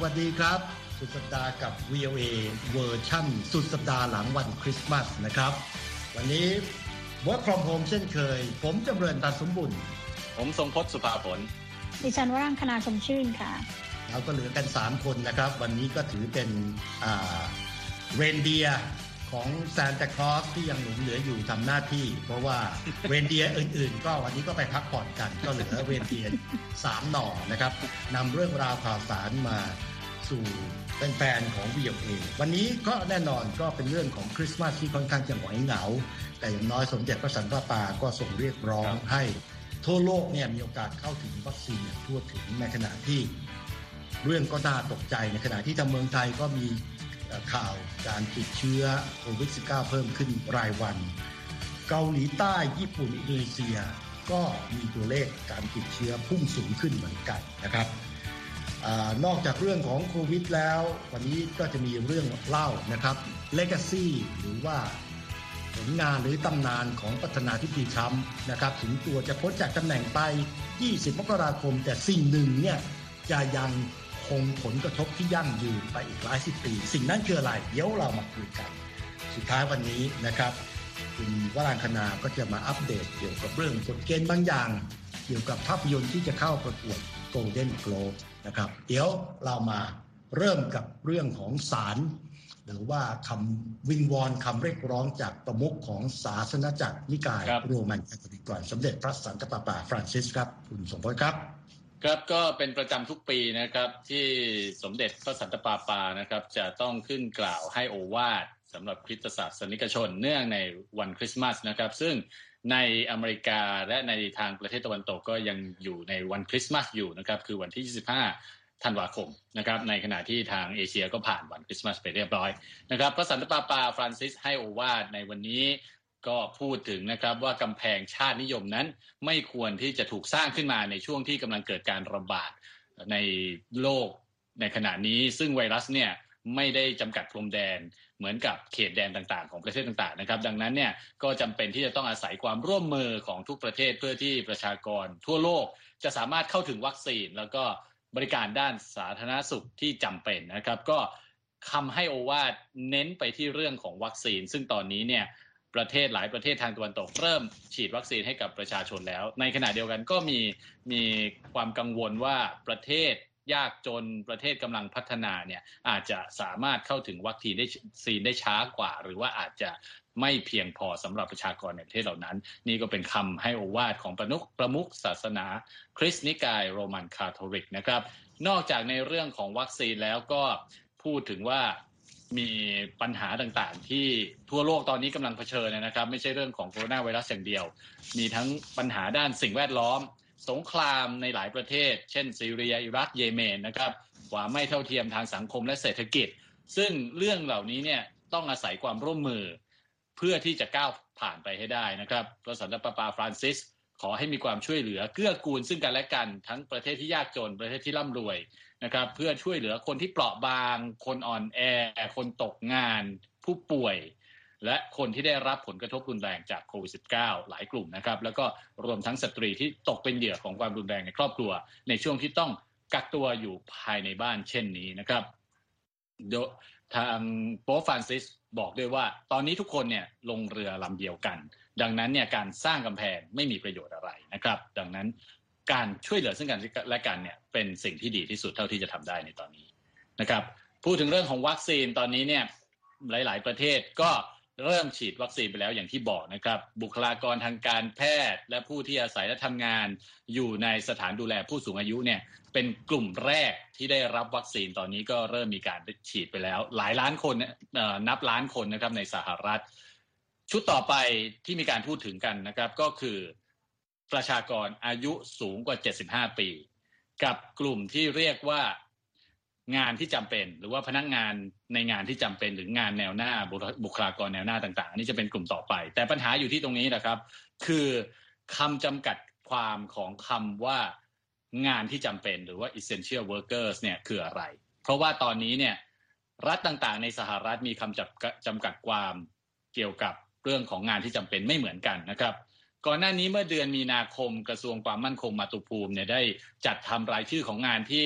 วัสดีครับสุดสัปดาห์กับ VOA เวอร์ชั่นสุดสัปดาห์หลังวันคริสต์มาสนะครับวันนี้ Work from Home เช่นเคยผมจำเริญตาสมบุญผมทรงพจน์สุภาผลดิฉันวรังคณาชมชื่นค่ะเราก็เหลือกัน3คนนะครับวันนี้ก็ถือเป็นเรนเดียร์ของซานตาคลอสที่ยังหลงเหลืออยู่ทำหน้าที่เพราะว่าเรนเดียร์อื่นๆก็วันนี้ก็ไปพักผ่อนกันก็เหลือเรนเดียร์3หน่อนะครับนำเรื่องราวข่าวสารมาสู่แฟนๆของ VOA วันนี้ก็แน่นอนก็เป็นเรื่องของคริสต์มาสที่ค่อนข้างจะหงอยเหงาแต่อย่างน้อยสมเด็จพระสันตะปาก็ส่งเรียกร้องให้ทั่วโลกเนี่ยมีโอกาสเข้าถึงวัคซีนอย่างทั่วถึงในขณะที่เรื่องก็น่าตกใจในขณะที่ทางเมืองไทยก็มีข่าวการติดเชื้อโควิด -19 เพิ่มขึ้นรายวันเกาหลีใต้ญี่ปุ่นอินโดนีเซียก็มีตัวเลขการติดเชื้อพุ่งสูงขึ้นเหมือนกันนะครับนอกจากเรื่องของโควิดแล้ววันนี้ก็จะมีเรื่องเล่านะครับ Legacy หรือว่าผลงานหรือตำนานของประธานาธิบดีทรัมป์นะครับถึงตัวจะพ้นจากตำแหน่งไป20 มกราคมแต่สิ่งหนึ่งเนี่ยจะยังคงผลกระทบที่ยั่งยืนไปอีกหลายสิบปีสิ่งนั้นคืออะไรเดี๋ยวเรามาคุยกันสุดท้ายวันนี้นะครับคุณวรังคณาก็จะมาอัปเดตเกี่ยวกับเรื่องกฎเกณฑ์บางอย่างเกี่ยวกับภาพยนตร์ที่จะเข้าประกวด Golden Globe นะครับเดี๋ยวเรามาเริ่มกับเรื่องของศาลหรือว่าคำวิงวอนคำเรียกร้องจากประมุขของศาสนจักรนิกายโรมันคาทอลิกก่อนสมเด็จพระสันตะปาปาฟรานซิสครับคุณสมพลครับครับก็เป็นประจำทุกปีนะครับที่สมเด็จพระสันตะปาปานะครับจะต้องขึ้นกล่าวให้โอวาทสำหรับคริสตศาสนิกชนเนื่องในวันคริสต์มาสนะครับซึ่งในอเมริกาและในทางประเทศตะวันตกก็ยังอยู่ในวันคริสต์มาสอยู่นะครับคือวันที่25ธันวาคมนะครับในขณะที่ทางเอเชียก็ผ่านวันคริสต์มาสไปเรียบร้อยนะครับพระสันตะปาปาฟรานซิสให้โอวาทในวันนี้ก็พูดถึงนะครับว่ากำแพงชาตินิยมนั้นไม่ควรที่จะถูกสร้างขึ้นมาในช่วงที่กำลังเกิดการระบาดในโลกในขณะนี้ซึ่งไวรัสเนี่ยไม่ได้จำกัดพรมแดนเหมือนกับเขตแดนต่างๆของประเทศต่างๆนะครับดังนั้นเนี่ยก็จำเป็นที่จะต้องอาศัยความร่วมมือของทุกประเทศเพื่อที่ประชากรทั่วโลกจะสามารถเข้าถึงวัคซีนแล้วก็บริการด้านสาธารณสุขที่จำเป็นนะครับก็คำให้โอวาทเน้นไปที่เรื่องของวัคซีนซึ่งตอนนี้เนี่ยประเทศหลายประเทศทางตะวันตกเริ่มฉีดวัคซีนให้กับประชาชนแล้วในขณะเดียวกันก็มีความกังวลว่าประเทศยากจนประเทศกำลังพัฒนาเนี่ยอาจจะสามารถเข้าถึงวัคซีนได้ช้ากว่าหรือว่าอาจจะไม่เพียงพอสำหรับประชากรในประเทศเหล่านั้นนี่ก็เป็นคำให้โอวาทของประมุขศาสนาคริสต์นิกายโรมันคาทอลิกนะครับนอกจากในเรื่องของวัคซีนแล้วก็พูดถึงว่ามีปัญหาต่างๆที่ทั่วโลกตอนนี้กำลังเผชิญนะครับไม่ใช่เรื่องของโคโรนาไวรัสอย่างเดียวมีทั้งปัญหาด้านสิ่งแวดล้อมสงครามในหลายประเทศเช่นซีเรียอิรักเยเมนนะครับความไม่เท่าเทียมทางสังคมและเศรษฐกิจซึ่งเรื่องเหล่านี้เนี่ยต้องอาศัยความร่วมมือเพื่อที่จะก้าวผ่านไปให้ได้นะครับพระสันตะปาปาฟรานซิสขอให้มีความช่วยเหลือเกื้อกูลซึ่งกันและกันทั้งประเทศที่ยากจนประเทศที่ร่ำรวยนะครับเพื่อช่วยเหลือคนที่เปราะบางคนอ่อนแอคนตกงานผู้ป่วยและคนที่ได้รับผลกระทบรุนแรงจากโควิด -19 หลายกลุ่มนะครับแล้วก็รวมทั้งสตรีที่ตกเป็นเหยื่อของความรุนแรงในครอบครัวในช่วงที่ต้องกักตัวอยู่ภายในบ้านเช่นนี้นะครับโดยทางโป๊ปฟรานซิสบอกด้วยว่าตอนนี้ทุกคนเนี่ยลงเรือลำเดียวกันดังนั้นเนี่ยการสร้างกำแพงไม่มีประโยชน์อะไรนะครับดังนั้นการช่วยเหลือซึ่งกันและกันเนี่ยเป็นสิ่งที่ดีที่สุดเท่าที่จะทำได้ในตอนนี้นะครับพูดถึงเรื่องของวัคซีนตอนนี้เนี่ยหลายๆประเทศก็เริ่มฉีดวัคซีนไปแล้วอย่างที่บอกนะครับบุคลากรทางการแพทย์และผู้ที่อาศัยและทำงานอยู่ในสถานดูแลผู้สูงอายุเนี่ยเป็นกลุ่มแรกที่ได้รับวัคซีนตอนนี้ก็เริ่มมีการฉีดไปแล้วหลายล้านคนนับล้านคนนะครับในสหรัฐชุดต่อไปที่มีการพูดถึงกันนะครับก็คือประชากรอายุสูงกว่า75ปีกับกลุ่มที่เรียกว่างานที่จำเป็นหรือว่าพนักงานในงานที่จำเป็นหรืองานแนวหน้าบุคลากรแนวหน้าต่างๆอันนี้จะเป็นกลุ่มต่อไปแต่ปัญหาอยู่ที่ตรงนี้นะครับคือคำจำกัดความของคำว่างานที่จำเป็นหรือว่า essential workers เนี่ยคืออะไรเพราะว่าตอนนี้เนี่ยรัฐต่างๆในสหรัฐมีคำจำกัดความเกี่ยวกับเรื่องของงานที่จำเป็นไม่เหมือนกันนะครับก่อนหน้านี้เมื่อเดือนมีนาคมกระทรวงความมั่นคงมาตุภูมิเนี่ยได้จัดทำรายชื่อของงานที่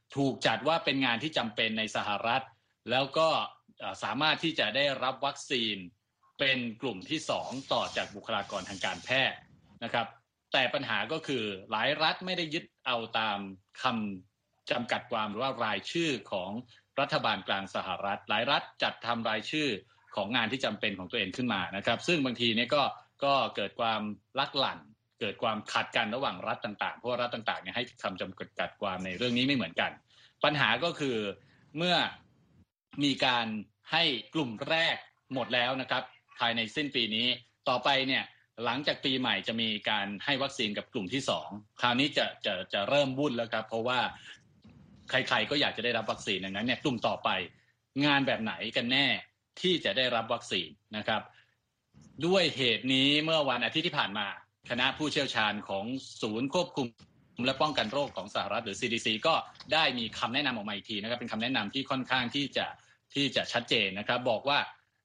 ถูกจัดว่าเป็นงานที่จำเป็นในสหรัฐแล้วก็สามารถที่จะได้รับวัคซีนเป็นกลุ่มที่2ต่อจากบุคลากรทางการแพทย์นะครับแต่ปัญหาก็คือหลายรัฐไม่ได้ยึดเอาตามคำจำกัดความหรือว่ารายชื่อของรัฐบาลกลางสหรัฐหลายรัฐจัดทำรายชื่อของงานที่จำเป็นของตัวเองขึ้นมานะครับซึ่งบางทีเนี่ยก็เกิดความลักลั่นเกิดความขัดกันระหว่างรัฐต่างๆเพราะว่ารัฐต่างๆเนี่ยให้คำจำกัดความในเรื่องนี้ไม่เหมือนกันปัญหาก็คือเมื่อมีการให้กลุ่มแรกหมดแล้วนะครับภายในสิ้นปีนี้ต่อไปเนี่ยหลังจากปีใหม่จะมีการให้วัคซีนกับกลุ่มที่2คราวนี้จะเริ่มวุ่นแล้วครับเพราะว่าใครๆก็อยากจะได้รับวัคซีนดังนั้นเนี่ยกลุ่มต่อไปงานแบบไหนกันแน่ที่จะได้รับวัคซีนนะครับด้วยเหตุนี้เมื่อวันอาทิตย์ที่ผ่านมาคณะผู้เชี่ยวชาญของศูนย์ควบคุมและป้องกันโรคของสหรัฐหรือ CDC ก็ได้มีคำแนะนำออกมาอีกทีนะครับเป็นคำแนะนำที่ค่อนข้างที่จะชัดเจนนะครับบอกว่า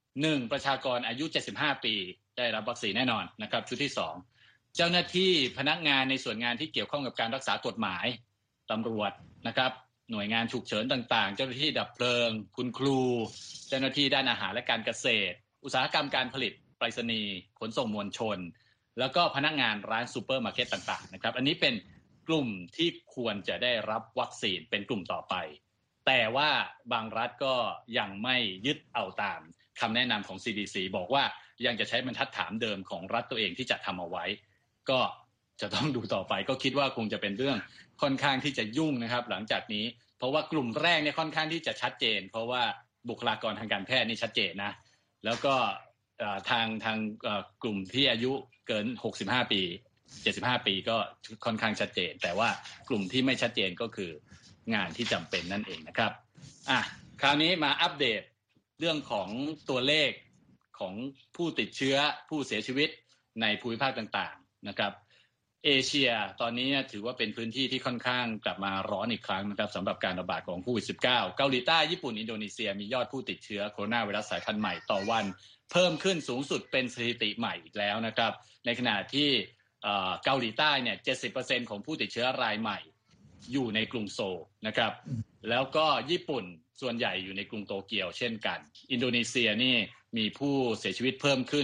1ประชากรอายุ75ปีได้รับวัคซีนแน่นอนนะครับชุดที่2เจ้าหน้าที่พนักงานในส่วนงานที่เกี่ยวข้องกับการรักษากฎหมายตำรวจนะครับหน่วยงานฉุกเฉินต่างๆเจ้าหน้าที่ดับเพลิงคุณครูเจ้าหน้าที่ด้านอาหารและการเกษตรอุตสาหกรรมการผลิตไปรษณีย์ขนส่งมวลชนแล้วก็พนักงานร้านซูเปอร์มาร์เก็ตต่างๆนะครับอันนี้เป็นกลุ่มที่ควรจะได้รับวัคซีนเป็นกลุ่มต่อไปแต่ว่าบางรัฐก็ยังไม่ยึดเอาตามคำแนะนำของ CDC บอกว่ายังจะใช้บรรทัดฐานเดิมของรัฐตัวเองที่จะทำเอาไว้ก็จะต้องดูต่อไปก็คิดว่าคงจะเป็นเรื่องค่อนข้างที่จะยุ่งนะครับหลังจากนี้เพราะว่ากลุ่มแรกเนี่ยค่อนข้างที่จะชัดเจนเพราะว่าบุคลากรทางการแพทย์นี่ชัดเจนนะแล้วก็ทางกลุ่มที่อายุเกิน65ปี75ปีก็ค่อนข้างชัดเจนแต่ว่ากลุ่มที่ไม่ชัดเจนก็คืองานที่จำเป็นนั่นเองนะครับคราวนี้มาอัปเดตเรื่องของตัวเลขของผู้ติดเชื้อผู้เสียชีวิตในภูมิภาคต่างๆนะครับเอเชียตอนนี้ถือว่าเป็นพื้นที่ที่ค่อนข้างกลับมาร้อนอีกครั้งนะครับสำหรับการระบาดของโควิด -19 เกาหลีใต้ญี่ปุ่นอินโดนีเซียมียอดผู้ติดเชื้อโคโรนาไวรัสสายพันธุ์ใหม่ต่อวันเพิ่มขึ้นสูงสุดเป็นสถิติใหม่อีกแล้วนะครับในขณะที่เกาหลีใต้เนี่ย 70% ของผู้ติดเชื้อรายใหม่อยู่ในกรุงโซลนะครับแล้วก็ญี่ปุ่นส่วนใหญ่อยู่ในกรุงโตเกียวเช่นกันอินโดนีเซียนี่มีผู้เสียชีวิตเพิ่มขึ้น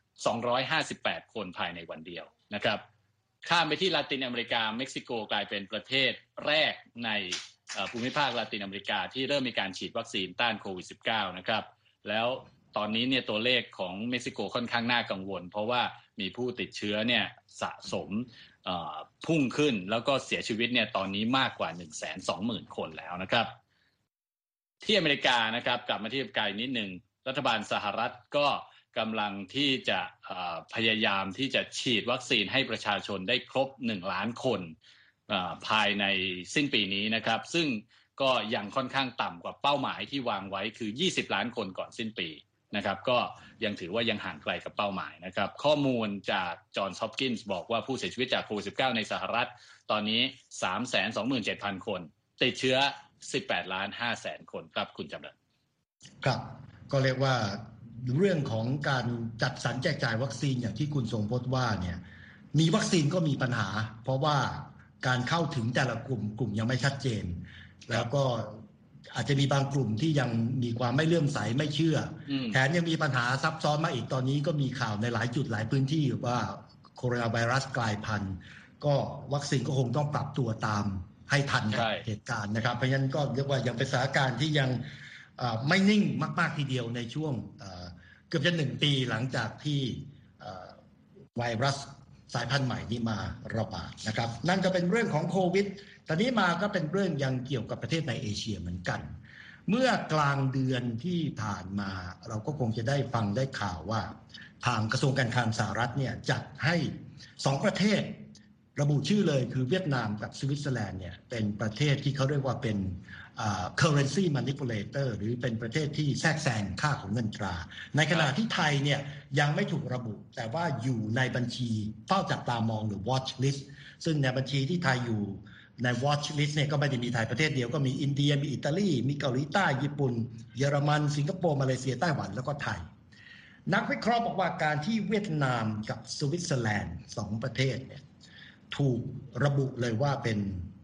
258คนภายในวันเดียวนะครับข้ามไปที่ลาตินอเมริกาเม็กซิโกกลายเป็นประเทศแรกในภูมิภาคลาตินอเมริกาที่เริ่มมีการฉีดวัคซีนต้านโควิด -19 นะครับแล้วตอนนี้เนี่ยตัวเลขของเม็กซิโกค่อนข้างน่ากังวลเพราะว่ามีผู้ติดเชื้อเนี่ยสะสมพุ่งขึ้นแล้วก็เสียชีวิตเนี่ยตอนนี้มากกว่า 120,000 คนแล้วนะครับที่อเมริกานะครับกลับมาที่อเมริกานิดนึงรัฐบาลสหรัฐก็กำลังที่จะพยายามที่จะฉีดวัคซีนให้ประชาชนได้ครบ1ล้านคนภายในสิ้นปีนี้นะครับซึ่งก็ยังค่อนข้างต่ำกว่าเป้าหมายที่วางไว้คือ20ล้านคนก่อนสิ้นปีนะครับก็ยังถือว่ายังห่างไกลกับเป้าหมายนะครับข้อมูลจากจอห์นส์ฮอปกินส์บอกว่าผู้เสียชีวิตจากโควิด -19 ในสหรัฐตอนนี้ 327,000 คนติดเชื้อ 18,500,000 คนครับคุณจำเริญครับก็เรียกว่าเรื่องของการจัดสรรแจกจ่ายวัคซีนอย่างที่คุณทรงพจน์ว่าเนี่ยมีวัคซีนก็มีปัญหาเพราะว่าการเข้าถึงแต่ละกลุ่มยังไม่ชัดเจนแล้วก็อาจจะมีบางกลุ่มที่ยังมีความไม่เลื่อมใสไม่เชื่อแถมยังมีปัญหาซับซ้อนมาอีกตอนนี้ก็มีข่าวในหลายจุดหลายพื้นที่ว่าโคโรนาไวรัสกลายพันธุ์ก็วัคซีนก็คงต้องปรับตัวตามให้ทันเหตุการณ์นะครับเพราะฉะนั้นก็เรียกว่ายังเป็นสถานการณ์ที่ยังไม่นิ่งมากๆทีเดียวในช่วงเกือบจะ1 ปีหลังจากที่ไวรัสสายพันธุ์ใหม่นี้มาระบาดนะครับนั่นก็เป็นเรื่องของโควิดตอนนี้มาก็เป็นเรื่องยังเกี่ยวกับประเทศในเอเชียเหมือนกันเมื่อกลางเดือนที่ผ่านมาเราก็คงจะได้ฟังได้ข่าวว่าทางกระทรวงการคลังสหรัฐเนี่ยจัดให้2ประเทศระบุชื่อเลยคือเวียดนามกับสวิตเซอร์แลนด์เนี่ยเป็นประเทศที่เขาเรียกว่าเป็นcurrency manipulator หรือเป็นประเทศที่แทรกแซงค่าของเงินตราในขณะที่ไทยเนี่ยยังไม่ถูกระบุแต่ว่าอยู่ในบัญชีเฝ้าจับตามองหรือ watch list ซึ่งในบัญชีที่ไทยอยู่ใน watch list เนี่ยก็ไม่ได้มีไทยประเทศเดียวก็มีอินเดียมีอิตาลีมีเกาหลีใต้ญี่ปุ่นเยอรมันสิงคโปร์มาเลเซียไต้หวันแล้วก็ไทยนักวิเคราะห์บอกว่าการที่เวียดนามกับสวิตเซอร์แลนด์2ประเทศเนี่ยถูกระบุเลยว่าเป็น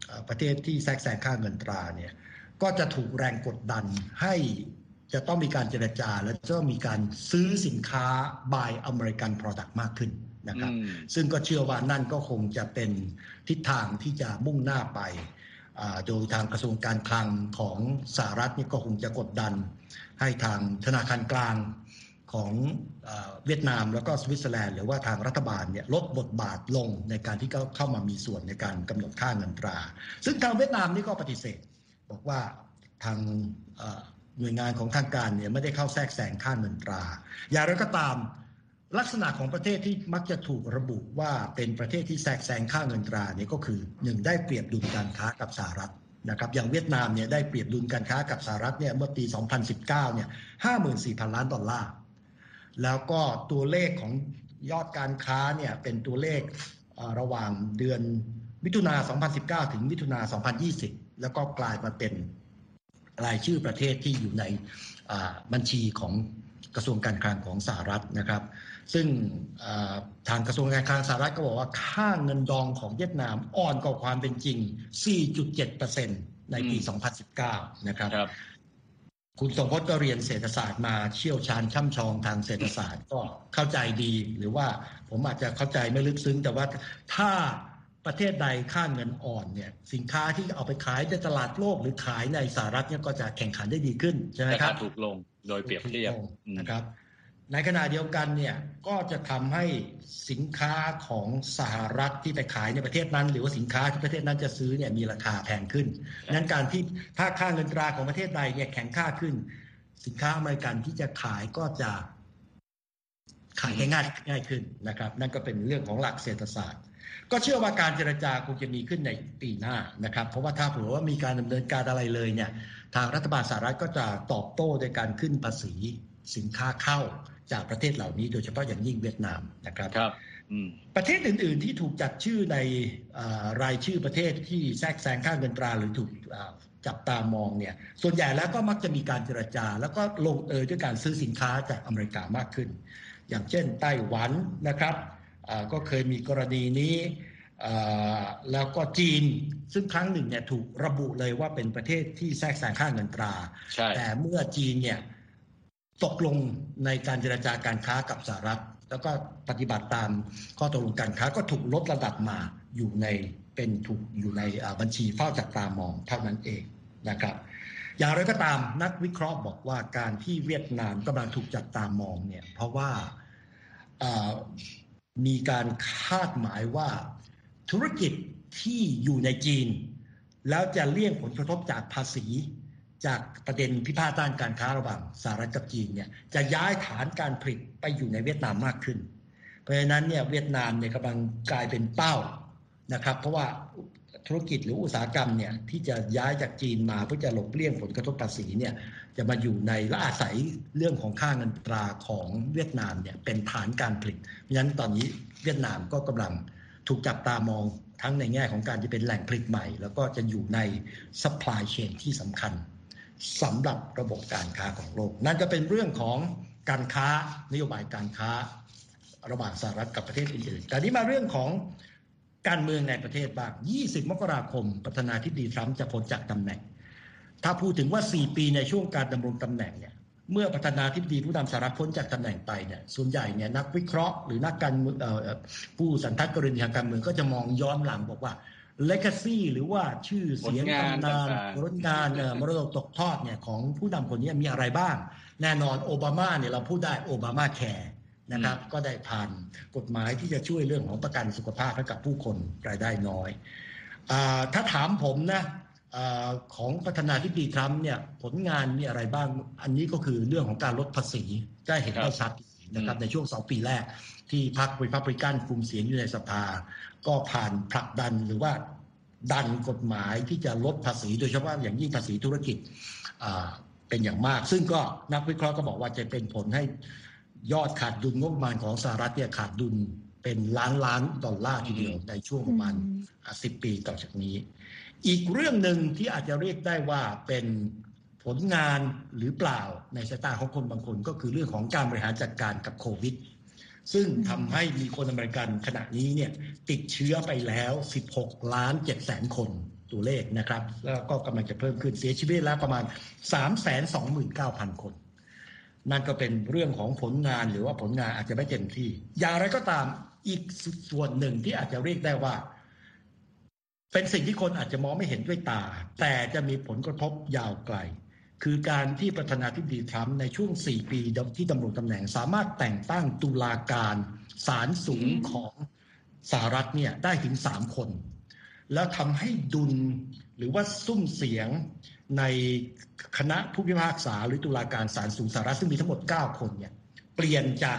ประเทศที่แทรกแซงค่าเงินตราเนี่ยก็จะถูกแรงกดดันให้จะต้องมีการเจรจาและจะต้องมีการซื้อสินค้า buy American product มากขึ้นนะครับซึ่งก็เชื่อว่านั่นก็คงจะเป็นทิศทางที่จะมุ่งหน้าไปโดยทางกระทรวงการคลังของสหรัฐนี่ก็คงจะกดดันให้ทางธนาคารกลางของเวียดนามแล้วก็สวิตเซอร์แลนด์หรือว่าทางรัฐบาลเนี่ยลดบทบาทลงในการที่เข้ามามีส่วนในการกำหนดค่าเงินตราซึ่งทางเวียดนามนี่ก็ปฏิเสธบอกว่าทางหน่วยงานของทางการเนี่ยไม่ได้เข้าแทรกแซงค่าเงินตราอย่างไรก็ตามลักษณะของประเทศที่มักจะถูกระบุว่าเป็นประเทศที่แทรกแซงค่าเงินตราเนี่ยก็คือ1ได้เปรียบดุลการค้ากับสหรัฐนะครับอย่างเวียดนามเนี่ยได้เปรียบดุลการค้ากับสหรัฐเนี่ยเมื่อปี2019เนี่ย 54,000 ล้านดอลลาร์แล้วก็ตัวเลขของยอดการค้าเนี่ยเป็นตัวเลขระหว่างเดือนมิถุนายน2019ถึงมิถุนายน2020แล้วก็กลายมาเป็นรายชื่อประเทศที่อยู่ในบัญชีของกระทรวงการคลังของสหรัฐนะครับซึ่งทางกระทรวงการคลังสหรัฐก็บอกว่าค่าเงินดองของเวียดนามอ่อนกว่าความเป็นจริง 4.7% ในปี 2019 นะครับคุณสมพจน์ก็เรียนเศรษฐศาสตร์มาเชี่ยวชาญช่ำชองทางเศรษฐศาสตร์ก็เข้าใจดีหรือว่าผมอาจจะเข้าใจไม่ลึกซึ้งแต่ว่าถ้าประเทศใดค่าเงินอ่อนเนี่ยสินค้าที่เอาไปขายในตลาดโลกหรือขายในสหรัฐเนี่ยก็จะแข่งขันได้ดีขึ้นใช่ไหมครับถูกลงโดยเปรียบเทียบนะครับในขณะเดียวกันเนี่ยก็จะทำให้สินค้าของสหรัฐที่ไปขายในประเทศนั้นหรือว่าสินค้าที่ประเทศนั้นจะซื้อเนี่ยมีราคาแพงขึ้นนั้นการที่ถ้าค่าเงินตราของประเทศใดเนี่ยแข็งค่าขึ้นสินค้าอเมริกันที่จะขายก็จะขายง่ายขึ้นนะครับนั่นก็เป็นเรื่องของหลักเศรษฐศาสตร์ก็เชื่อว่าการเจรจาคงจะมีขึ้นในปีหน้านะครับเพราะว่าถ้าเผื่อว่ามีการดำเนินการอะไรเลยเนี่ยทางรัฐบาลสหรัฐก็จะตอบโต้โดยการขึ้นภาษีสินค้าเข้าจากประเทศเหล่านี้โดยเฉพาะอย่างยิ่งเวียดนามนะครับประเทศอื่นๆที่ถูกจัดชื่อในรายชื่อประเทศที่แทรกแซงค่าเงินตราหรือถูกจับตามองเนี่ยส่วนใหญ่แล้วก็มักจะมีการเจรจาแล้วก็ลงเอยด้วยการซื้อสินค้าจากอเมริกามากขึ้นอย่างเช่นไต้หวันนะครับก็เคยมีกรณีนี้แล้วก็จีนซึ่งครั้งหนึ่งเนี่ยถูกระบุเลยว่าเป็นประเทศที่แทรกแซงค่าเงินตราแต่เมื่อจีนเนี่ยตกลงในการเจรจาการค้ากับสหรัฐแล้วก็ปฏิบัติตามข้อตกลงการค้าก็ถูกลดระดับมาอยู่ในบัญชีเฝ้าจับตามองเท่านั้นเองนะครับอย่างไรก็ตามนักวิเคราะห์บอกว่าการที่เวียดนามกำลังถูกจับตามองเนี่ยเพราะว่ามีการคาดหมายว่าธุรกิจที่อยู่ในจีนแล้วจะเลี่ยงผลกระทบจากภาษีจากประเด็นพิพาทด้านการค้าระหว่างสหรัฐกับจีนเนี่ยจะย้ายฐานการผลิตไปอยู่ในเวียดนามมากขึ้นเพราะฉะนั้นเนี่ยเวียดนามเนี่ยกำลังกลายเป็นเป้านะครับเพราะว่าธุรกิจหรืออุตสาหกรรมเนี่ยที่จะย้ายจากจีนมาเพื่อจะหลบเลี่ยงผลกระทบภาษีเนี่ยจะมาอยู่ในและอาศัยเรื่องของค่าเงินตราของเวียดนามเนี่ยเป็นฐานการผลิตเพราะฉะนั้นตอนนี้เวียดนามก็กำลังถูกจับตามองทั้งในแง่ของการจะเป็นแหล่งผลิตใหม่แล้วก็จะอยู่ใน supply chain ที่สำคัญสำหรับระบบการค้าของโลกนั่นก็เป็นเรื่องของการค้านโยบายการค้าระหว่างสหรัฐกับประเทศอื่นๆแต่นี้มาเรื่องของการเมืองในประเทศบ้าง20 มกราคมประธานาธิบดีทรัมป์จะพ้นจากตำแหน่งถ้าพูดถึงว่า4 ปีในช่วงการดำรงตำแหน่งเนี่ยเมื่อประธานาธิบดีผู้นำสหรัฐพ้นจากตำแหน่งไปเนี่ยส่วนใหญ่เนี่ยนักวิเคราะห์หรือนักการผู้สันทัดกรณีทางการเมืองก็จะมองย้อนหลังบอกว่าlegacy หรือว่าชื่อเสียงตำนานผลงานมรดกตกทอดเนี่ยของผู้นำคนนี้มีอะไรบ้างแน่นอนโอบามาเนี่ยเราพูดได้โอบามาแคร์นะครับก็ได้ผ่านกฎหมายที่จะช่วยเรื่องของประกันสุขภาพให้กับผู้คนรายได้น้อยถ้าถามผมนะของประธานาธิบดีทรัมป์เนี่ยผลงานมีอะไรบ้างอันนี้ก็คือเรื่องของการลดภาษีได้เห็นได้ชัดนะครับในช่วง2 ปีแรกที่พรรครีพับลิกันคุมเสียงอยู่ในสภาก็ผ่านผลักดันหรือว่าดันกฎหมายที่จะลดภาษีโดยเฉพาะอย่างยิ่งภาษีธุรกิจเป็นอย่างมากซึ่งก็นักวิเคราะห์ก็บอกว่าจะเป็นผลให้ยอดขาดดุลงบประมาณของสหรัฐเนี่ยขาดดุลเป็นล้านดอลลาร์ทีเดียวในช่วงประมาณ10 ปีต่อจากนี้อีกเรื่องหนึ่งที่อาจจะเรียกได้ว่าเป็นผลงานหรือเปล่าในสายตาของคนบางคนก็คือเรื่องของการบริหารจัดการกับโควิดซึ่งทำให้มีคนอเมริกันขณะนี้เนี่ยติดเชื้อไปแล้ว16.7 ล้านคนตัวเลขนะครับแล้วก็กำลังจะเพิ่มขึ้นเสียชีวิตแล้วประมาณ 329,000 คนนั่นก็เป็นเรื่องของผลงานหรือว่าผลงานอาจจะไม่เต็มที่อย่างไรก็ตามอีกส่วนหนึ่งที่อาจจะเรียกได้ว่าเป็นสิ่งที่คนอาจจะมองไม่เห็นด้วยตาแต่จะมีผลกระทบยาวไกลคือการที่ประธานาธิบดีทรัมป์ในช่วง4 ปีที่ดำรงตำแหน่งสามารถแต่งตั้งตุลาการศาลสูงของสหรัฐเนี่ยได้ถึง3 คนแล้วทำให้ดุลหรือว่าซุ้มเสียงในคณะผู้พิพากษาหรือตุลาการศาลสูงสหรัฐซึ่งมีทั้งหมด9 คนเนี่ยเปลี่ยนจาก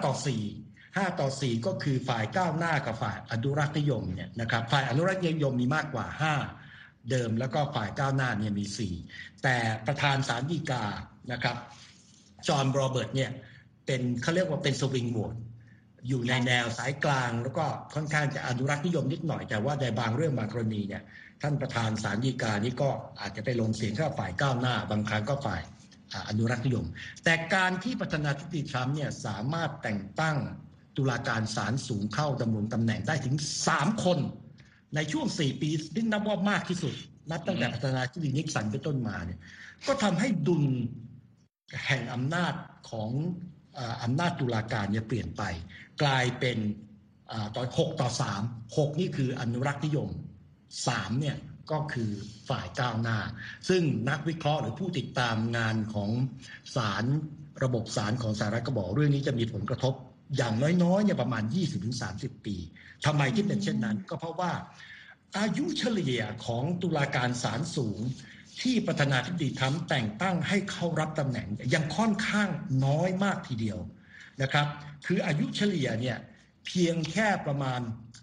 5-4ก็คือฝ่ายก้าวหน้ากับฝ่ายอนุรักษ์นิยมเนี่ยนะครับฝ่ายอนุรักษ์นิยมมีมากกว่า5เดิมแล้วก็ฝ่ายก้าวหน้าเนี่ยมี4แต่ประธานศาลฎีกานะครับจอห์นโรเบิร์ตเนี่ยเป็นเขาเรียกว่าเป็นสวิงโหวตอยู่ในแนวสายกลางแล้วก็ค่อนข้างจะอนุรักษ์นิยมนิดหน่อยแต่ว่าในบางเรื่องบางกรณีเนี่ยท่านประธานศาลฎีกานี่ก็อาจจะไปลงเสียงกับฝ่ายก้าวหน้าบางครั้งก็ฝ่ายอนุรักษ์นิยมแต่การที่ประธานาธิบดีทรัมป์เนี่ยสามารถแต่งตั้งตุลาการศาลสูงเข้าดำรงตำแหน่งได้ถึง3 คนในช่วง4 ปีซึ่งนับว่ามากที่สุดนับตั้งแต่ประธานาธิบดีนิกสันเป็นต้นมาเนี่ยก็ทำให้ดุลแห่งอำนาจของอำนาจตุลาการเนี่ยเปลี่ยนไปกลายเป็นตอน6-3 6นี่คืออนุรักษ์นิยม3เนี่ยก็คือฝ่ายก้าวหน้าซึ่งนักวิเคราะห์หรือผู้ติดตามงานของศาลระบบศาลของสหรัฐก็บอกเรื่องนี้จะมีผลกระทบอย่างน้อยๆเนี่ยประมาณ 20-30 ปีทำไมที่เป็นเช่นนั้นก็เพราะว่าอายุเฉลี่ยของตุลาการศาลสูงที่ประธานาธิบดีทรัมป์แต่งตั้งให้เข้ารับตำแหน่งยังค่อนข้างน้อยมากทีเดียวนะครับคืออายุเฉลี่ยเนี่ยเพียงแค่ประมาณ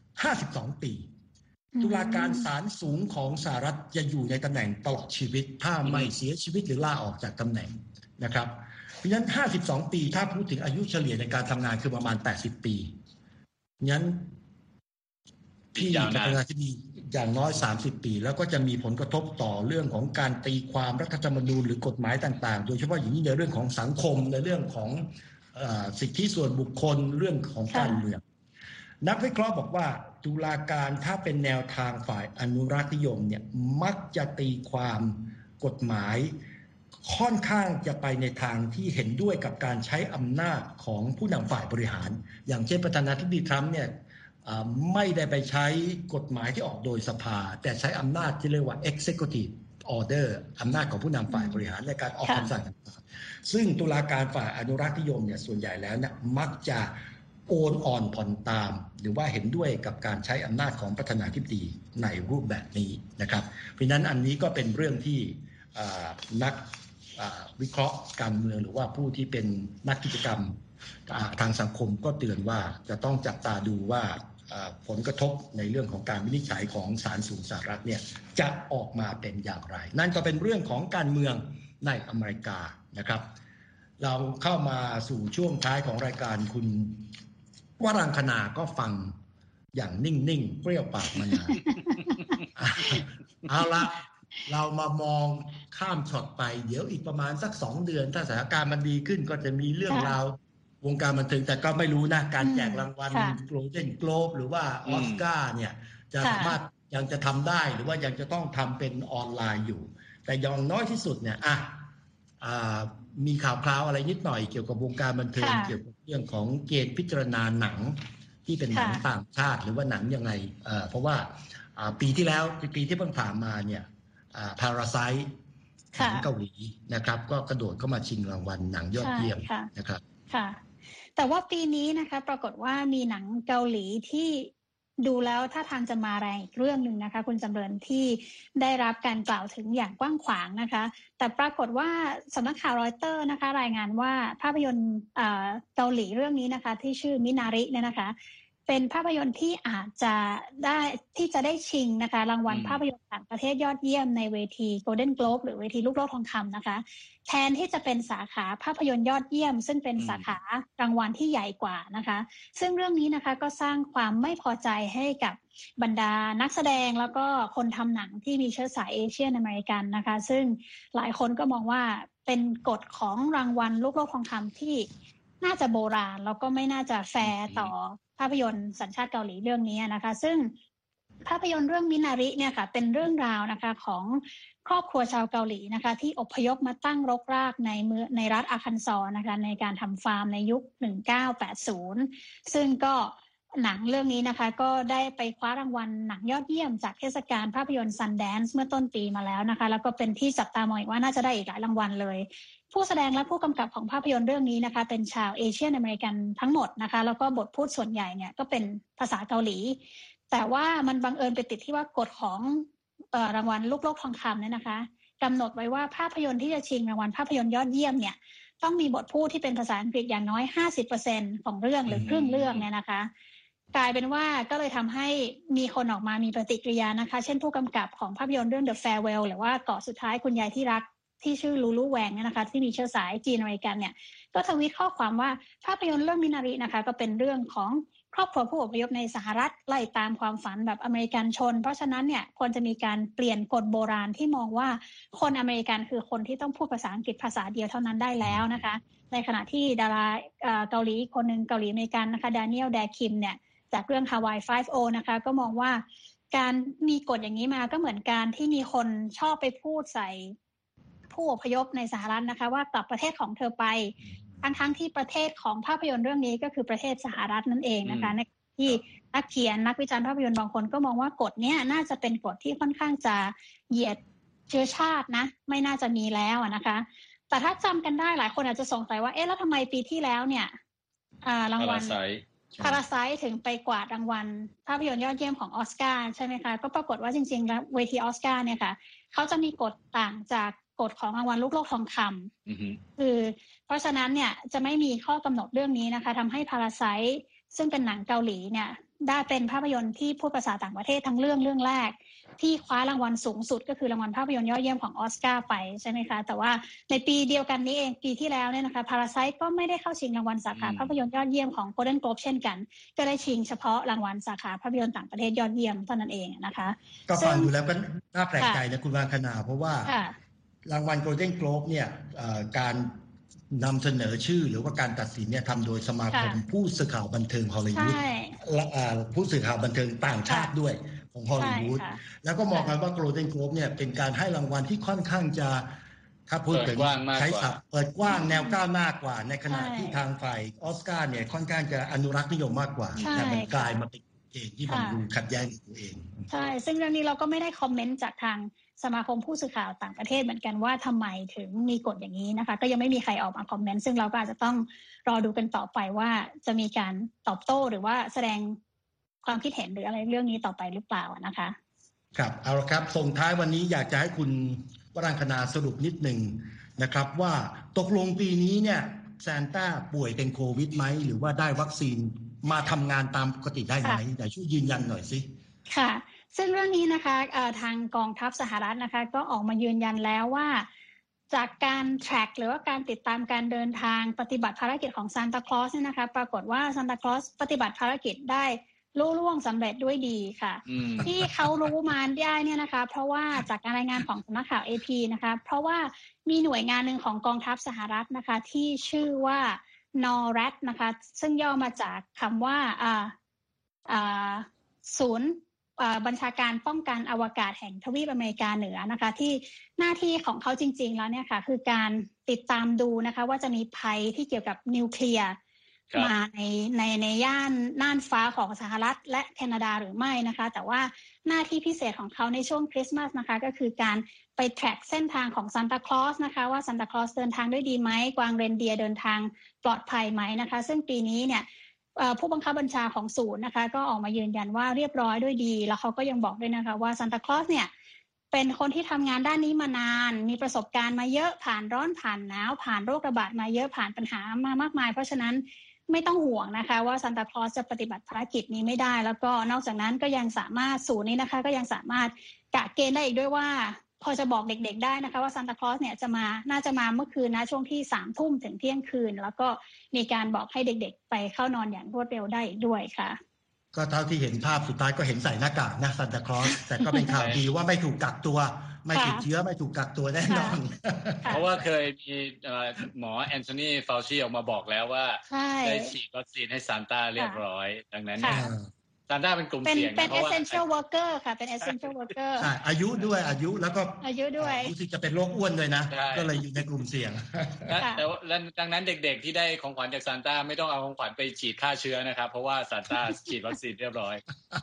52 ปีตุลาการศาลสูงของสหรัฐจะอยู่ในตำแหน่งตลอดชีวิตถ้าไม่เสียชีวิตหรือลาออกจากตำแหน่งนะครับเพราะฉะนั้น52 ปีถ้าพูดถึงอายุเฉลี่ยในการทำงานคือประมาณ80 ปีงั้นพี่ประธานาธิบดีอย่างน้อย30 ปีแล้วก็จะมีผลกระทบต่อเรื่องของการตีความรัฐธรรมนูญหรือกฎหมายต่างๆโดยเฉพาะอย่างนี้ในเรื่องของสังคมในเรื่องของสิทธิส่วนบุคคลเรื่องของการเมืองนักวิเคราะห์บอกว่าตุลาการถ้าเป็นแนวทางฝ่ายอนุรักษ์นิยมเนี่ยมักจะตีความกฎหมายค่อนข้างจะไปในทางที่เห็นด้วยกับการใช้อำนาจของผู้นำฝ่ายบริหารอย่างเช่นประธานาธิบดีทรัมป์เนี่ยไม่ได้ไปใช้กฎหมายที่ออกโดยสภาแต่ใช้อำนาจที่เรียกว่า executive order อำนาจของผู้นำฝ่ายบริหารในการออกคำสั่งต่างๆซึ่งตุลาการฝ่ายอนุรักษ์นิยมเนี่ยส่วนใหญ่แล้วเนี่ยมักจะโอนอ่อนผ่อนตามหรือว่าเห็นด้วยกับการใช้อำนาจของประธานาธิบดีในรูปแบบนี้นะครับเพราะฉะนั้นอันนี้ก็เป็นเรื่องที่นักวิเคราะห์การเมืองหรือว่าผู้ที่เป็นนักกิจกรรมทางสังคมก็เตือนว่าจะต้องจับตาดูว่าผลกระทบในเรื่องของการวินิจฉัยของศาลสูงสหรัฐเนี่ยจะออกมาเป็นอย่างไรนั่นก็เป็นเรื่องของการเมืองในอเมริกานะครับเราเข้ามาสู่ช่วงท้ายของรายการคุณวรังคณาก็ฟังอย่างนิ่งๆเปรี้ยวปากมานาน เอาละเรามามองข้ามช็อตไปเดี๋ยวอีกประมาณสัก2 เดือนถ้าสถานการณ์มันดีขึ้นก็จะมีเรื่องราววงการบันเทิงแต่ก็ไม่รู้นะการแจกรางวัลโกลเด้นโกลบหรือว่าออสการ์เนี่ยจะสามารถยังจะทำได้หรือว่ายังจะต้องทำเป็นออนไลน์อยู่แต่อย่างน้อยที่สุดเนี่ยมีข่าวคราวอะไรนิดหน่อยเกี่ยวกับวงการบันเทิงเกี่ยวกับเรื่องของเกณฑ์พิจารณาหนังที่เป็นหนังต่างชาติหรือว่าหนังยังไงเพราะว่าปีที่แล้วปีที่เพิ่งผ่านมาเนี่ยParasite หนังเกาหลีนะครับก็กระโดดเข้ามาชิงรางวัลหนังยอดเยี่ยมนะครับค่ะแต่ว่าปีนี้นะคะปรากฏว่ามีหนังเกาหลีที่ดูแล้วถ้าทางจะมาแรงอีกเรื่องนึงนะคะคุณจำเริญที่ได้รับการกล่าวถึงอย่างกว้างขวางนะคะแต่ปรากฏว่าสำนักข่าวรอยเตอร์นะคะรายงานว่าภาพยนตร์เกาหลีเรื่องนี้นะคะที่ชื่อมินาริเนี่ยนะคะเป็นภาพยนตร์ที่อาจจะได้ชิงนะคะรางวัลภาพยนตร์ต่างประเทศยอดเยี่ยมในเวที Golden Globe หรือเวทีลูกโลกทองคำนะคะแทนที่จะเป็นสาขาภาพยนตร์ยอดเยี่ยมซึ่งเป็นสาขารางวัลที่ใหญ่กว่านะคะซึ่งเรื่องนี้นะคะก็สร้างความไม่พอใจให้กับบรรดานักแสดงแล้วก็คนทำหนังที่มีเชื้อสายเอเชียนอเมริกันนะคะซึ่งหลายคนก็มองว่าเป็นกฎของรางวัลลูกโลกทองคำที่น่าจะโบราณแล้วก็ไม่น่าจะแฟร์ต่อภาพยนตร์สัญชาติเกาหลีเรื่องนี้นะคะซึ่งภาพยนตร์เรื่องมินาริเนี่ยค่ะเป็นเรื่องราวนะคะของครอบครัวชาวเกาหลีนะคะที่อพยพมาตั้งรกรากในรัฐอาคันซอนะคะในการทำฟาร์มในยุค1980ซึ่งก็หนังเรื่องนี้นะคะก็ได้ไปคว้ารางวัลหนังยอดเยี่ยมจากเทศกาลภาพยนตร์ซันแดนซ์เมื่อต้นปีมาแล้วนะคะแล้วก็เป็นที่จับตามองอีกว่าน่าจะได้อีกหลายรางวัลเลยผู้แสดงและผู้กำกับของภาพยนตร์เรื่องนี้นะคะเป็นชาวเอเชียนอเมริกันทั้งหมดนะคะแล้วก็บทพูดส่วนใหญ่เนี่ยก็เป็นภาษาเกาหลีแต่ว่ามันบังเอิญไปติดที่ว่ากฎของรางวัลลูกโลกทองคำเนี่ยนะคะกำหนดไว้ว่าภาพยนตร์ที่จะชิงรางวัลภาพยนตร์ยอดเยี่ยมเนี่ยต้องมีบทพูดที่เป็นภาษาอังกฤษอย่างน้อย 50% ของเรื่องหรือครึ่งเรื่องเนี่ยนะคะกลายเป็นว่าก็เลยทำให้มีคนออกมามีปฏิกิริยานะคะเช่นผู้กำกับของภาพยนตร์เรื่อง The Farewell หรือว่าเกาะสุดท้ายคุณยายที่รักที่ชื่อลูลูแวงเนี่ยนะคะที่มีเชื้อสายจีนอเมริกันเนี่ยก็ทวีตข้อความว่าภาพยนตร์เรื่องมินารินะคะก็เป็นเรื่องของครอบครัวผู้อพยพในสหรัฐไล่ตามความฝันแบบอเมริกันชนเพราะฉะนั้นเนี่ยควรจะมีการเปลี่ยนกฎโบราณที่มองว่าคนอเมริกันคือคนที่ต้องพูดภาษาอังกฤษภาษาเดียวเท่านั้นได้แล้วนะคะในขณะที่ดาราเกาหลีคนนึงเกาหลีอเมริกันนะคะดานิเอล แดคิมเนี่ยจากเรื่อง Hawaii 5-0 นะคะก็มองว่าการมีกฎอย่างนี้มาก็เหมือนการที่มีคนชอบไปพูดใส่ผู้อพยพในสหรัฐนะคะว่ากลับประเทศของเธอไปทั้งที่ประเทศของภาพยนตร์เรื่องนี้ก็คือประเทศสหรัฐนั่นเองนะคะในที่นักเขียนนักวิจารณ์ภาพยนตร์บางคนก็มองว่ากฎนี้น่าจะเป็นกฎที่ค่อนข้างจะเหยียดเชื้อชาตินะไม่น่าจะมีแล้วนะคะแต่ถ้าจำกันได้หลายคนอาจจะสงสัยว่าเอ๊ะแล้วทำไมปีที่แล้วเนี่ยรางวัลParasite ถึงไปกวาดรางวัลภาพยนตร์ยอดเยี่ยมของออสการ์ใช่ไหมคะก็ปรากฏว่าจริงๆแล้วเวทีออสการ์เนี่ยค่ะเขาจะมีกฎต่างจากกฎของรางวัลลูกโลกทองคำคือเพราะฉะนั้นเนี่ยจะไม่มีข้อกำหนดเรื่องนี้นะคะทำให้ Parasite ซึ่งเป็นหนังเกาหลีเนี่ยได้เป็นภาพยนตร์ที่พูดภาษาต่างประเทศทั้งเรื่องแรกที่คว้ารางวัลสูงสุดก็คือรางวัลภาพยนตร์ยอดเยี่ยมของออสการ์ไปใช่ไหมคะแต่ว่าในปีเดียวกันนี้เองปีที่แล้วเนี่ยนะคะ Parasite ก็ไม่ได้เข้าชิงรางวัลสาขาภาพยนตร์ยอดเยี่ยมของ Golden Globe เช่นกันก็ได้ชิงเฉพาะรางวัลสาขาภาพยนตร์ต่างประเทศยอดเยี่ยมเท่านั้นเองนะคะก็ฟังดูแล้วก็น่าแปลกใจนะคุณวางคณาเพราะว่ารางวัล Golden Globe เนี่ยการนำเสนอชื่อหรือว่าการตัดสินเนี่ยทำโดยสมาคมผู้สื่อข่าวบันเทิงฮอลลีวูดผู้สื่อข่าวบันเทิงต่างชาติด้วยของฮอลลีวูดแล้วก็มองกันว่า Golden Globe เนี่ยเป็นการให้รางวัลที่ค่อนข้างจะถ้าพูดถึงใช้ศัพท์เปิดกว้างแนวก้าวหน้ากว่าในขณะที่ทางฝ่ายออสการ์เนี่ยค่อนข้างจะอนุรักษ์นิยมมากกว่าแต่มันกลายมาเป็นเกณฑ์ที่มันดูขัดแย้งกับตัวเองใช่ซึ่งเรื่องนี้เราก็ไม่ได้คอมเมนต์จากทางสมาคมผู้สื่อข่าวต่างประเทศเหมือนกันว่าทำไมถึงมีกฎอย่างนี้นะคะก็ยังไม่มีใครออกมาคอมเมนต์ซึ่งเราก็อาจจะต้องรอดูกันต่อไปว่าจะมีการตอบโต้หรือว่าแสดงความคิดเห็นหรืออะไรเรื่องนี้ต่อไปหรือเปล่านะคะครับเอาละครับส่งท้ายวันนี้อยากจะให้คุณวรังคณาสรุปนิดหนึ่งนะครับว่าตกลงปีนี้เนี่ยซานต้าป่วยเป็นโควิดไหมหรือว่าได้วัคซีนมาทำงานตามปกติได้ไหมแต่ช่วยยืนยันหน่อยสิค่ะซึ่งเรื่องนี้นะคะทางกองทัพสหรัฐนะคะก็ออกมายืนยันแล้วว่าจากการแทร็กหรือว่าการติดตามการเดินทางปฏิบัติภารกิจของซานตาคลอสเนี่ยนะคะปรากฏว่าซานตาคลอสปฏิบัติภารกิจได้ลุล่วงสำเร็จด้วยดีค่ะที่เขารู้มาได้เนี่ยนะคะเพราะว่าจากการรายงานของสำนักข่าว AP นะคะเพราะว่ามีหน่วยงานหนึ่งของกองทัพสหรัฐนะคะที่ชื่อว่า NORAD นะคะซึ่งย่อมาจากคำว่าศูนย์บัญชาการป้องกันอวกาศแห่งทวีปอเมริกาเหนือนะคะที่หน้าที่ของเขาจริงๆแล้วเนี่ยค่ะคือการติดตามดูนะคะว่าจะมีภัยที่เกี่ยวกับนิวเคลียร์มาในย่านน่านฟ้าของสหรัฐและแคนาดาหรือไม่นะคะแต่ว่าหน้าที่พิเศษของเขาในช่วงคริสต์มาสนะคะก็คือการไปแทร็กเส้นทางของซานตาคลอสนะคะว่าซานตาคลอสเดินทางด้วยดีไหมกวางเรนเดียร์เดินทางปลอดภัยไหมนะคะซึ่งปีนี้เนี่ยผู้บังคับบัญชาของศูนย์นะคะก็ออกมายืนยันว่าเรียบร้อยด้วยดีแล้วเขาก็ยังบอกด้วยนะคะว่าซานตาคลอสเนี่ยเป็นคนที่ทำงานด้านนี้มานานมีประสบการณ์มาเยอะผ่านร้อนผ่านหนาวผ่านโรคระบาดมาเยอะผ่านปัญหามามากมายเพราะฉะนั้นไม่ต้องห่วงนะคะว่าซานตาคลอสจะปฏิบัติภารกิจนี้ไม่ได้แล้วก็นอกจากนั้นก็ยังสามารถศูนย์นี้นะคะก็ยังสามารถกะเกณฑ์ได้อีกด้วยว่าพอจะบอกเด็กๆได้นะคะว่าซานตาคลอสเนี่ยน่าจะมาเมื่อคืนนะช่วงที่3 ทุ่มถึงเที่ยงคืนแล้วก็มีการบอกให้เด็กๆไปเข้านอนอย่างรวดเร็วได้อีกด้วยค่ะก็เท่าที่เห็นภาพสุดท้ายก็เห็นใส่หน้ากากนะซานตาคลอสแต่ก็เป็นข่าวดีว่าไม่ถูกกักตัวไม่ติดเชื้อไม่ถูกกักตัวแน่นอนเพราะว่าเคยมีหมอแอนโทนีฟาวชีออกมาบอกแล้วว่าได้ฉีดวัคซีนให้ซานต้าเรียบร้อยดังนั้นซานต้าเป็นกลุ่มเสี่ยงเป็น essential worker ค่ะเป็น essential worker อายุด้วยแล้วก็อายุด้วยรู้สึกจะเป็นโรคอ้วนด้วยนะก็เลยอยู่ในกลุ่มเสี่ยงแต่ดังนั้นเด็กๆที่ได้ของขวัญจากซานต้าไม่ต้องเอาของขวัญไปฉีดฆ่าเชื้อนะครับเพราะว่าซานต้าฉีดวัคซีนเรียบร้อย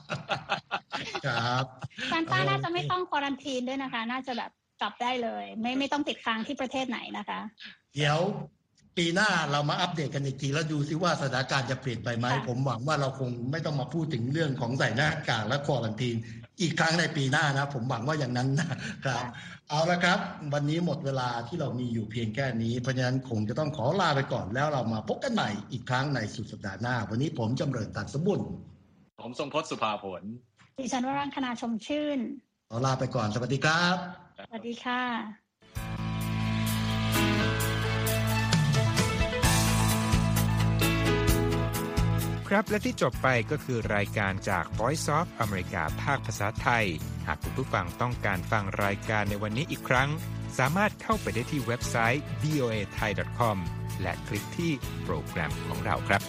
ครับซานต้าน่าจะไม่ต้องควอรันทีนด้วยนะคะน่าจะแบบกลับได้เลยไม่ต้องติดค้างที่ประเทศไหนนะคะเดี๋ยวปีหน้าเรามาอัปเดตกันอีกทีแล้วดูซิว่าสถานการณ์จะเปลี่ยนไปไหมผมหวังว่าเราคงไม่ต้องมาพูดถึงเรื่องของใส่หน้ากากและควอรันทีนอีกครั้งในปีหน้านะผมหวังว่าอย่างนั้นนะครับเอาละครับวันนี้หมดเวลาที่เรามีอยู่เพียงแค่นี้เพราะฉะนั้นคงจะต้องขอลาไปก่อนแล้วเรามาพบกันใหม่อีกครั้งในสุดสัปดาห์หน้าวันนี้ผมจำเริญ ตันสมบุญผมทรงพจน์สุภาผลดิฉันวรังคณาชมชื่นขอลาไปก่อนสวัสดีครับสวัสดีค่ะครับและที่จบไปก็คือรายการจาก Voice of America ภาคภาษาไทยหากคุณผู้ฟังต้องการฟังรายการในวันนี้อีกครั้งสามารถเข้าไปได้ที่เว็บไซต์ voathai.com และคลิกที่โปรแกรมของเราครับ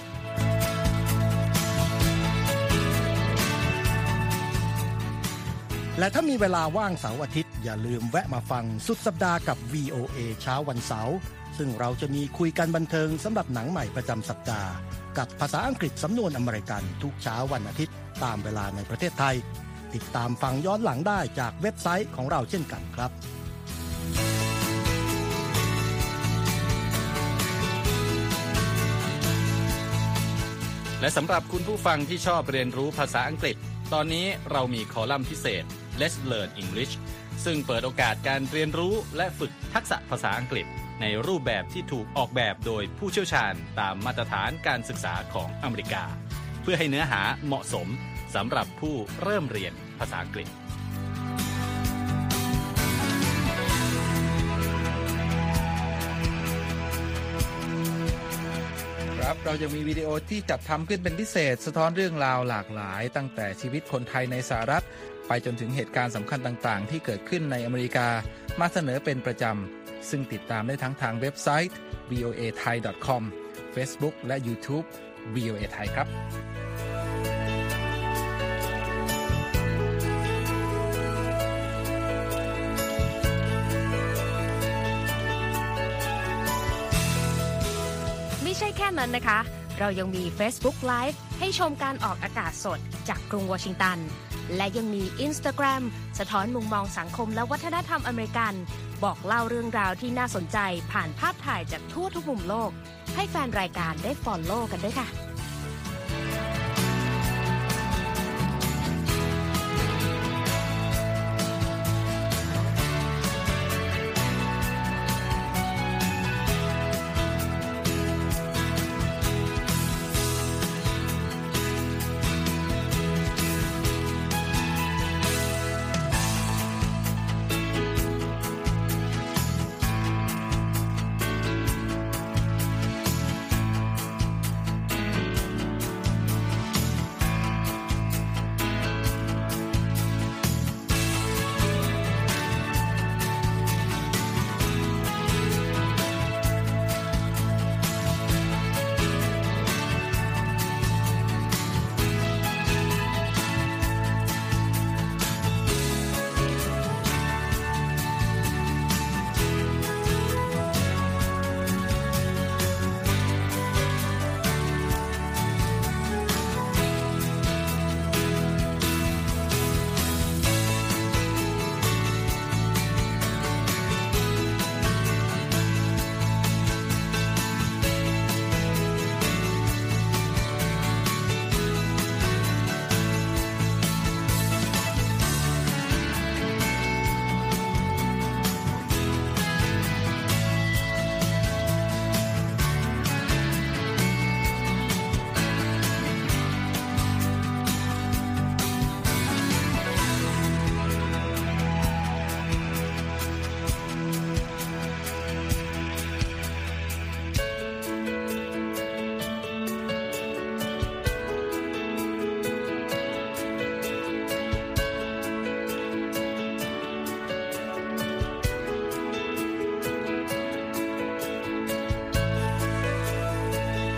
และถ้ามีเวลาว่างเสาร์อาทิตย์อย่าลืมแวะมาฟังสุดสัปดาห์กับ VOA เช้าวันเสาร์ซึ่งเราจะมีคุยกันบันเทิงสำหรับหนังใหม่ประจำสัปดาห์กับภาษาอังกฤษสำนวนอเมริกันทุกเช้าวันอาทิตย์ตามเวลาในประเทศไทยติดตามฟังย้อนหลังได้จากเว็บไซต์ของเราเช่นกันครับและสำหรับคุณผู้ฟังที่ชอบเรียนรู้ภาษาอังกฤษตอนนี้เรามีคอลัมน์พิเศษ Let's Learn English ซึ่งเปิดโอกาสการเรียนรู้และฝึกทักษะภาษาอังกฤษในรูปแบบที่ถูกออกแบบโดยผู้เชี่ยวชาญตามมาตรฐานการศึกษาของอเมริกาเพื่อให้เนื้อหาเหมาะสมสำหรับผู้เริ่มเรียนภาษาอังกฤษครับเรายังมีวิดีโอที่จัดทำขึ้นเป็นพิเศษสะท้อนเรื่องราวหลากหลายตั้งแต่ชีวิตคนไทยในสหรัฐไปจนถึงเหตุการณ์สำคัญต่างๆที่เกิดขึ้นในอเมริกามาเสนอเป็นประจำซึ่งติดตามได้ทั้งทางเว็บไซต์ voathai.com Facebook และ YouTube VOA Thai ครับไม่ใช่แค่นั้นนะคะเรายังมี Facebook Live ให้ชมการออกอากาศสดจากกรุงวอชิงตันและยังมี Instagram สะท้อนมุมมองสังคมและวัฒนธรรมอเมริกันบอกเล่าเรื่องราวที่น่าสนใจผ่านภาพถ่ายจากทั่วทุกมุมโลกให้แฟนรายการได้ follow กันด้วยค่ะ